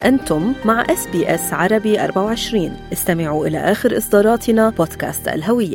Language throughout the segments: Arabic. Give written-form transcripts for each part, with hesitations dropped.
أنتم مع SBS عربي 24. استمعوا إلى آخر إصداراتنا بودكاست الهوية.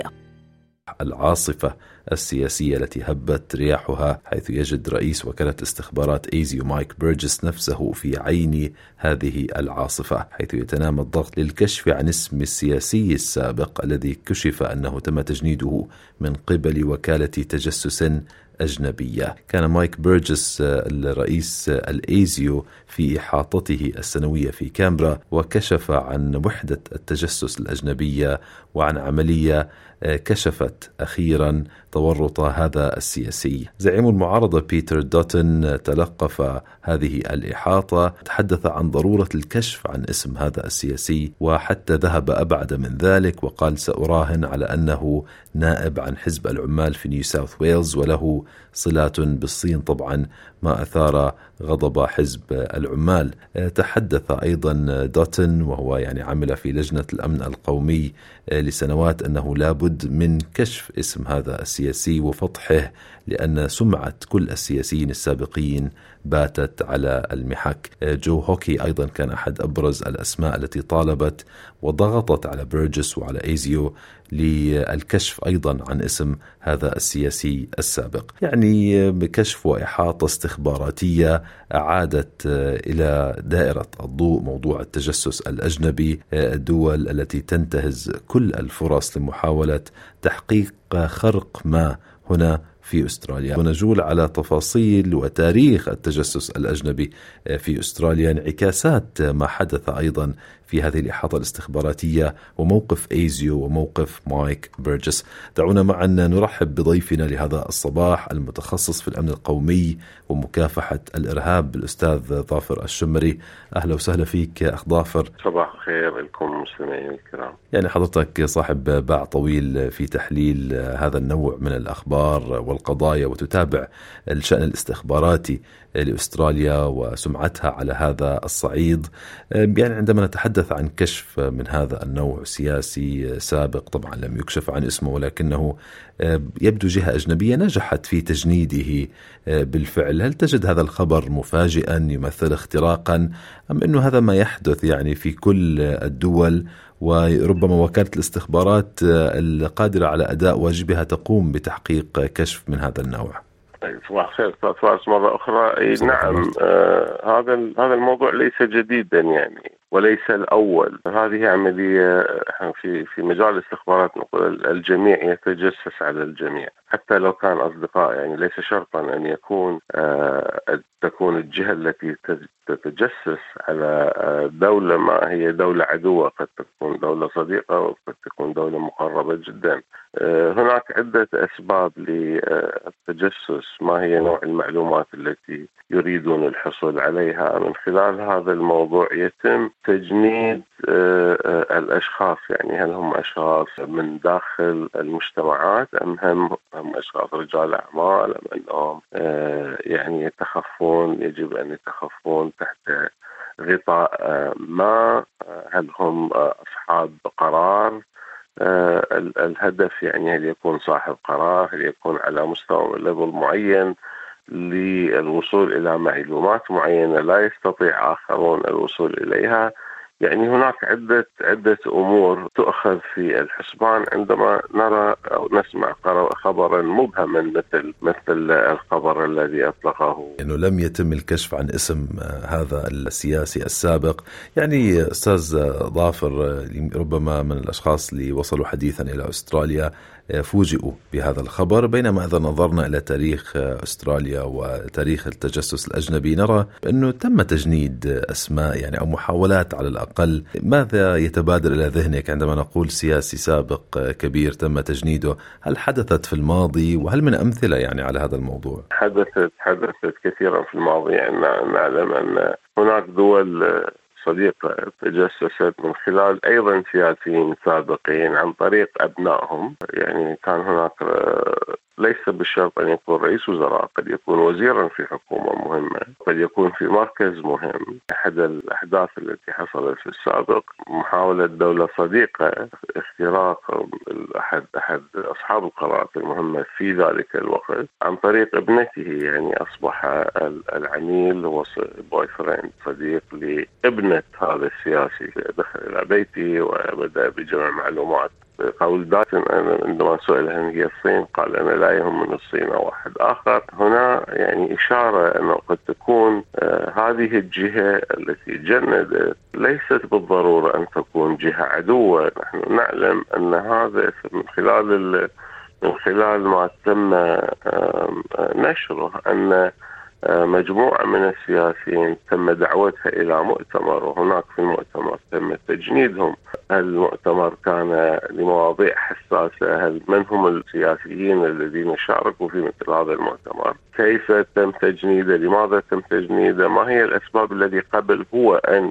العاصفة السياسية التي هبت رياحها، حيث يجد رئيس وكالة استخبارات ايزيو مايك بيرجس نفسه في عين هذه العاصفة، حيث يتنامى الضغط للكشف عن اسم السياسي السابق الذي كشف أنه تم تجنيده من قبل وكالة تجسس أجنبية. كان مايك بيرجس الرئيس الإيزيو في إحاطته السنوية في كامبرا، وكشف عن وحدة التجسس الأجنبية وعن عملية كشفت أخيرا تورط هذا السياسي. زعيم المعارضة بيتر دوتن تلقف هذه الإحاطة، تحدث عن ضرورة الكشف عن اسم هذا السياسي، وحتى ذهب أبعد من ذلك وقال: سأراهن على أنه نائب عن حزب العمال في نيو ساوث ويلز وله صلات بالصين، طبعا ما أثار غضب حزب العمال. تحدث أيضا دوتن وهو عمل في لجنة الأمن القومي لسنوات أنه لابد من كشف اسم هذا السياسي وفضحه، لأن سمعة كل السياسيين السابقين باتت على المحك. جو هوكي أيضا كان أحد أبرز الأسماء التي طالبت وضغطت على بيرجس وعلى إيزيو للكشف أيضا عن اسم هذا السياسي السابق. بكشف وإحاطة استخباراتية أعادت إلى دائرة الضوء موضوع التجسس الأجنبي، الدول التي تنتهز كل الفرص لمحاولة تحقيق خرق ما هنا في أستراليا. ونجول على تفاصيل وتاريخ التجسس الأجنبي في أستراليا، انعكاسات ما حدث أيضا في هذه الإحاطة الاستخباراتية، وموقف إيزيو وموقف مايك بيرجس. دعونا معا نرحب بضيفنا لهذا الصباح المتخصص في الأمن القومي ومكافحة الإرهاب، الأستاذ ظافر الشمري. أهلا وسهلا فيك أخ ظافر. صباح الخير لكم مستمعين الكرام. حضرتك صاحب باع طويل في تحليل هذا النوع من الأخبار والقضايا، وتتابع الشأن الاستخباراتي لأستراليا وسمعتها على هذا الصعيد. عندما نتحدث عن كشف من هذا النوع سياسي سابق، طبعا لم يكشف عن اسمه، ولكنه يبدو جهة أجنبية نجحت في تجنيده بالفعل. هل تجد هذا الخبر مفاجئا يمثل اختراقا، أم أنه هذا ما يحدث في كل الدول، وربما وكالة الاستخبارات القادرة على أداء واجبها تقوم بتحقيق كشف من هذا النوع؟ صباح الخير مرة أخرى. نعم، هذا الموضوع ليس جديدا وليس الأول. هذه عملية في مجال الاستخبارات نقول الجميع يتجسس على الجميع، حتى لو كان أصدقاء. ليس شرطا أن تكون الجهة التي تتجسس على دولة ما هي دولة عدوة، قد تكون دولة صديقة وقد تكون دولة مقربة جدا. هناك عدة أسباب للتجسس. ما هي نوع المعلومات التي يريدون الحصول عليها؟ من خلال هذا الموضوع يتم تجنيد الأشخاص. هل هم أشخاص من داخل المجتمعات أم هم أشخاص رجال أعمال، أم أنهم يجب أن يتخفون تحت غطاء ما؟ هل هم أصحاب قرار؟ الهدف هل يكون صاحب قرار؟ هل يكون على مستوى ليفل معين للوصول إلى معلومات معينة لا يستطيع آخرون الوصول إليها؟ هناك عدة أمور تؤخذ في الحسبان عندما نرى أو نسمع خبرا مبهما مثل الخبر الذي أطلقه إنه لم يتم الكشف عن اسم هذا السياسي السابق. أستاذ ظافر، ربما من الأشخاص اللي وصلوا حديثا إلى أستراليا فوجئوا بهذا الخبر، بينما إذا نظرنا إلى تاريخ أستراليا وتاريخ التجسس الأجنبي نرى أنه تم تجنيد أسماء أو محاولات على الأقل. ماذا يتبادر إلى ذهنك عندما نقول سياسي سابق كبير تم تجنيده؟ هل حدثت في الماضي، وهل من أمثلة على هذا الموضوع؟ حدثت كثيرا في الماضي. نعلم أن هناك دول صديقة تجسست من خلال أيضا سياسيين سابقين عن طريق أبنائهم. كان هناك ليس بالشرط أن يكون رئيس وزراء، قد يكون وزيرا في حكومة مهمة، قد يكون في مركز مهم. أحد الأحداث التي حصلت في السابق محاولة دولة صديقة اختراق أحد أصحاب القرارات المهمة في ذلك الوقت عن طريق ابنته، يعني أصبح العميل هو بوي فريند، صديق لابنة هذا السياسي. دخل إلى بيتي وبدأ بجمع معلومات. قول داتن عندما سئل هل هي الصين قال أنا لا يهم من الصين أو أحد آخر. هنا يعني إشارة أنه قد تكون هذه الجهة التي جندت ليست بالضرورة أن تكون جهة عدوة. نحن نعلم أن هذا من خلال ما تم نشره أن مجموعة من السياسيين تم دعوتها إلى مؤتمر، وهناك في المؤتمر تم تجنيدهم. المؤتمر كان لمواضيع حساسة. من هم السياسيين الذين شاركوا في مثل هذا المؤتمر؟ كيف تم تجنيده؟ لماذا تم تجنيده؟ ما هي الأسباب التي قبل هو أن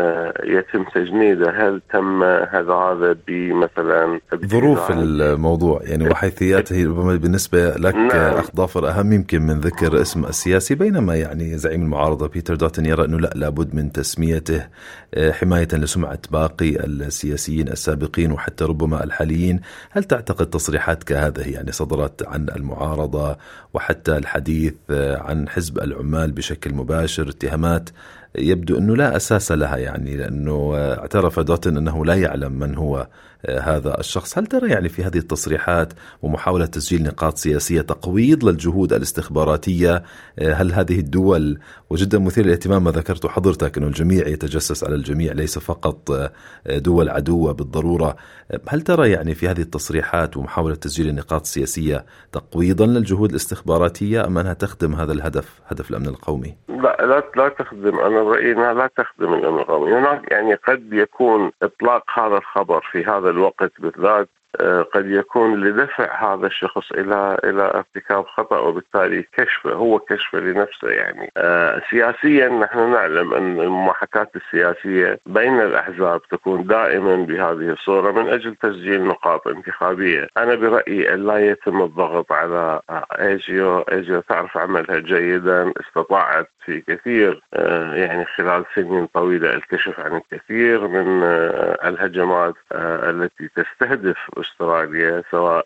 يتم تجنيده؟ هل تم هذا بمثلا ظروف الموضوع يعني وحيثياته ربما بالنسبة لك نعم. أخضافر أهم يمكن من ذكر اسم السياسي، بينما يعني زعيم المعارضة بيتر داتن يرى أنه لابد من تسميته حماية لسمعة باقي السياسيين السابقين وحتى ربما الحاليين. هل تعتقد تصريحات كهذه يعني صدرت عن المعارضة وحتى الحديث عن حزب العمال بشكل مباشر، اتهامات يبدو أنه لا أساس لها، يعني لأنه اعترف داتن أنه لا يعلم من هو هذا الشخص. هل ترى يعني في هذه التصريحات ومحاولة تسجيل نقاط سياسية تقويض للجهود الاستخباراتية؟ هل هذه الدول، وجدا مثير للاهتمام ما ذكرته حضرتك أنه الجميع يتجسس على الجميع ليس فقط دول عدوة بالضرورة، هل ترى يعني في هذه التصريحات ومحاولة تسجيل النقاط السياسية تقويضا للجهود الاستخباراتية أم أنها تخدم هذا الهدف، هدف الأمن القومي؟ لا تخدم. أنا برأيي أنها لا تخدم الأمن القومي. هناك يعني قد يكون إطلاق هذا الخبر في هذا الوقت بالذات قد يكون لدفع هذا الشخص إلى ارتكاب خطأ، وبالتالي كشفه لنفسه. يعني سياسيا نحن نعلم أن المماحكات السياسية بين الأحزاب تكون دائما بهذه الصورة من أجل تسجيل نقاط انتخابية. أنا برأيي أن لا يتم الضغط على إيجيو تعرف عملها جيدا، استطاعت في كثير يعني خلال سنين طويلة الكشف عن الكثير من الهجمات التي تستهدف أستراليا، سواء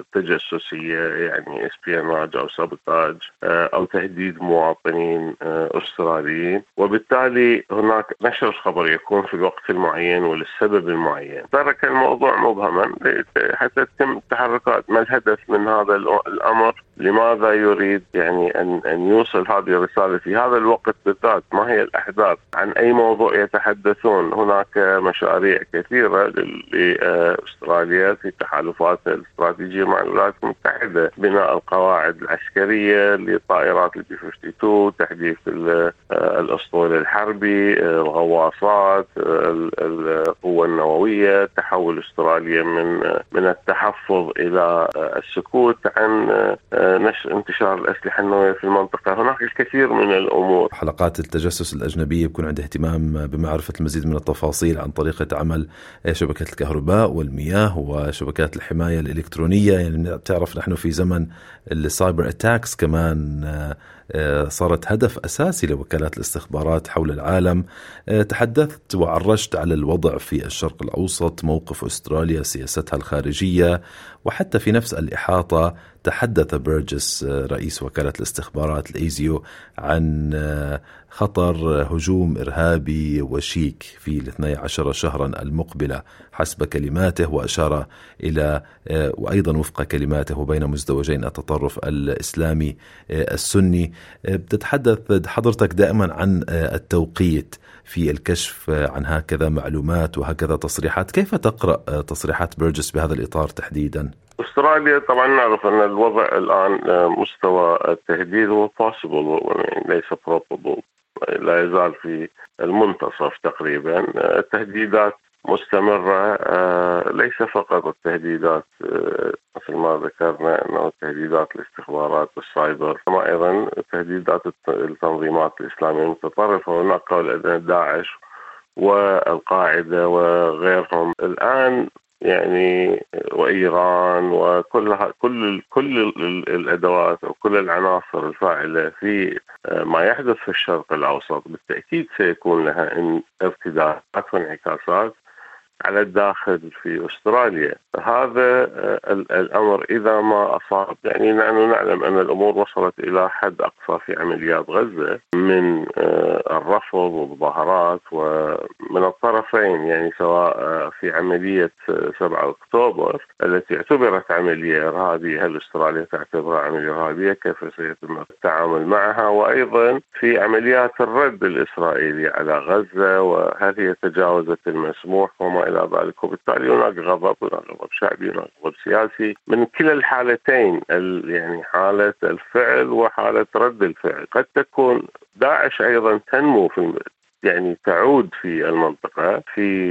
تجسسية يعني اسبيوناج أو سابوتاج أو تهديد مواطنين أستراليين. وبالتالي هناك نشر الخبر يكون في الوقت المعين وللسبب المعين. ترك الموضوع مبهما حتى تتم التحركات. ما الهدف من هذا الأمر؟ لماذا يريد يعني أن يوصل هذه الرسالة في هذا الوقت بالذات؟ ما هي الأحداث؟ عن أي موضوع يتحدثون؟ هناك مشاريع كثيرة لأستراليا في تحالفات الاستراتيجية مع الولايات المتحدة، بناء القواعد العسكرية لطائرات البي 52، تحديث الأسطول الحربي، الغواصات، القوة النووية، تحول أستراليا من التحفظ إلى السكوت عن انتشار الأسلحة النووية في المنطقة. هناك الكثير من الأمور. حلقات التجسس الأجنبية بيكون عندها اهتمام بمعرفة المزيد من التفاصيل عن طريقة عمل شبكة الكهرباء والمياه وشبكات الحماية الإلكترونية. يعني بتعرف نحن في زمن السايبر اتاكس كمان صارت هدف أساسي لوكالات الاستخبارات حول العالم. تحدثت وعرجت على الوضع في الشرق الأوسط، موقف أستراليا، سياستها الخارجية، وحتى في نفس الإحاطة تحدث بيرجس رئيس وكالة الاستخبارات الإيزيو عن خطر هجوم إرهابي وشيك في 12 شهرا المقبلة حسب كلماته، وأشار إلى وأيضا وفق كلماته بين مزدوجين التطرف الإسلامي السني. بتتحدث حضرتك دائما عن التوقيت في الكشف عن هكذا معلومات وهكذا تصريحات. كيف تقرأ تصريحات بيرجس بهذا الإطار تحديدا؟ أستراليا طبعا نعرف أن الوضع الآن مستوى التهديد هو possible ليس probable، لا يزال في المنتصف تقريبا. التهديدات مستمرة، ليس فقط التهديدات مثل ما ذكرنا أنه تهديدات الاستخبارات والسايبر، كما أيضا تهديدات التنظيمات الإسلامية المتطرفة. هناك قول أن داعش والقاعدة وغيرهم الآن يعني وإيران كل الأدوات وكل العناصر الفاعلة في ما يحدث في الشرق الأوسط بالتأكيد سيكون لها ارتدادات وانعكاسات على الداخل في أستراليا. هذا الأمر إذا ما أصاب، يعني نحن نعلم أن الأمور وصلت إلى حد أقصى في عمليات غزة من الرفض والمظاهرات ومن الطرفين، يعني سواء في عملية 7 أكتوبر التي اعتبرت عملية إرهابية، هل أستراليا تعتبرها عملية إرهابية؟ كيف سيتم التعامل معها؟ وأيضا في عمليات الرد الإسرائيلي على غزة، وهل هي تجاوزت المسموح وما إلى ذلك. وبالتالي هناك غضب شعبي، هناك غضب سياسي من كلا الحالتين، يعني حالة الفعل وحالة رد الفعل. قد تكون داعش أيضا تنمو يعني تعود في المنطقة،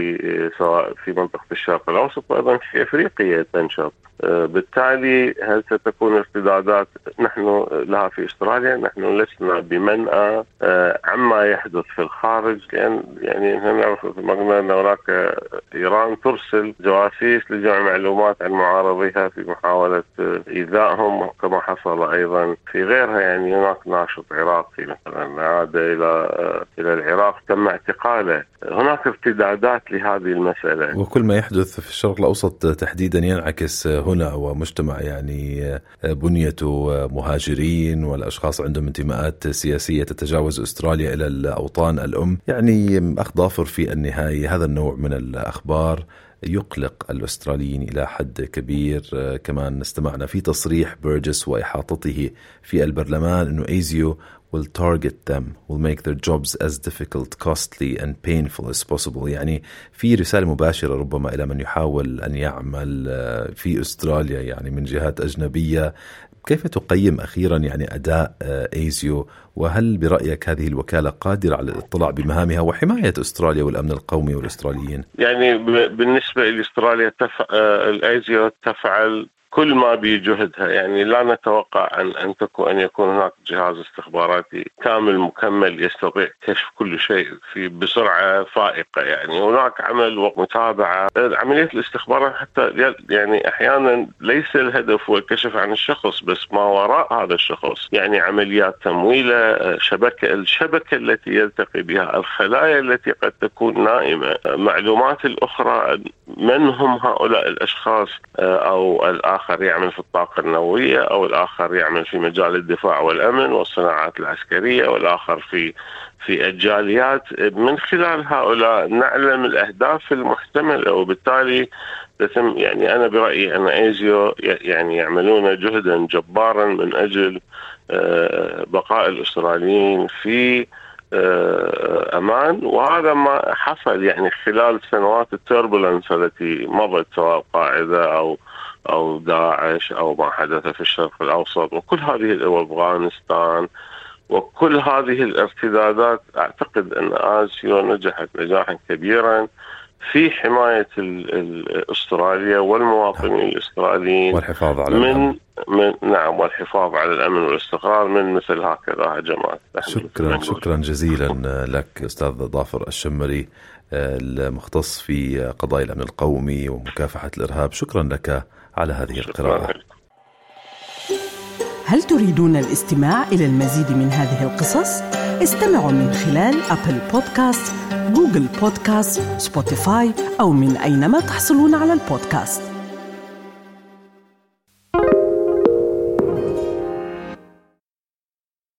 سواء في منطقة الشرق الأوسط وأيضا في أفريقيا تنشط. بالتالي هل ستكون ارتدادات نحن لها في أستراليا؟ نحن لسنا بمنأى عما يحدث في الخارج، لأن يعني نعرف مثل أن هناك إيران ترسل جواسيس لجمع معلومات عن معارضيها في محاولة إيذائهم، كما حصل أيضا في غيرها. يعني هناك ناشط عراقي مثلا عاد إلى العراق تم اعتقاله. هناك ارتدادات لهذه المسألة، وكل ما يحدث في الشرق الأوسط تحديدا ينعكس هنا، ومجتمع يعني بنيته مهاجرين والأشخاص عندهم انتماءات سياسية تتجاوز أستراليا إلى الأوطان الأم. يعني أخ ظافر، في النهاية هذا النوع من الأخبار يقلق الأستراليين إلى حد كبير. كمان استمعنا في تصريح بيرجس وإحاطته في البرلمان أنه أيزيو will target them, will make their jobs as difficult, costly and painful as possible. يعني في رسالة مباشرة ربما إلى من يحاول أن يعمل في أستراليا يعني من جهات أجنبية. كيف تقيم أخيرا يعني أداء أيزيو؟ وهل برأيك هذه الوكالة قادرة على الاطلاع بمهامها وحماية أستراليا والأمن القومي والأستراليين؟ يعني بالنسبة لأستراليا الأيزيو تفعل كل ما بجهدها. يعني لا نتوقع أن يكون هناك جهاز استخباراتي كامل مكمل يستطيع كشف كل شيء بسرعة فائقة. يعني هناك عمل ومتابعة. عملية الاستخبارات حتى يعني أحيانا ليس الهدف هو الكشف عن الشخص، بس ما وراء هذا الشخص. يعني عمليات تمويله، الشبكة التي يلتقي بها، الخلايا التي قد تكون نائمة، معلومات الأخرى، من هم هؤلاء الأشخاص، أو الآخر يعمل في الطاقة النووية، أو الآخر يعمل في مجال الدفاع والأمن والصناعات العسكرية، والآخر في الجاليات. من خلال هؤلاء نعلم الأهداف المحتملة، وبالتالي يعني أنا برأيي أن أيزيو يعني يعملون جهدا جبارا من أجل بقاء الأستراليين في أمان. وهذا ما حصل يعني خلال سنوات التوربولنس التي مضت، سواء قاعدة أو داعش أو ما حدث في الشرق الأوسط، وكل هذه أفغانستان وكل هذه الارتدادات. أعتقد أن آسيو نجحت نجاحا كبيرا في حماية أستراليا والمواطنين الأستراليين والحفاظ على الأمن. نعم، والحفاظ على الأمن والاستقرار من مثل هكذا هجمات. شكرا جزيلا لك أستاذ ظافر الشمري، المختص في قضايا الأمن القومي ومكافحة الإرهاب. شكرا لك على هذه القراءة. هل تريدون الاستماع إلى المزيد من هذه القصص؟ استمعوا من خلال أبل بودكاست، جوجل بودكاست، سبوتيفاي أو من أينما تحصلون على البودكاست.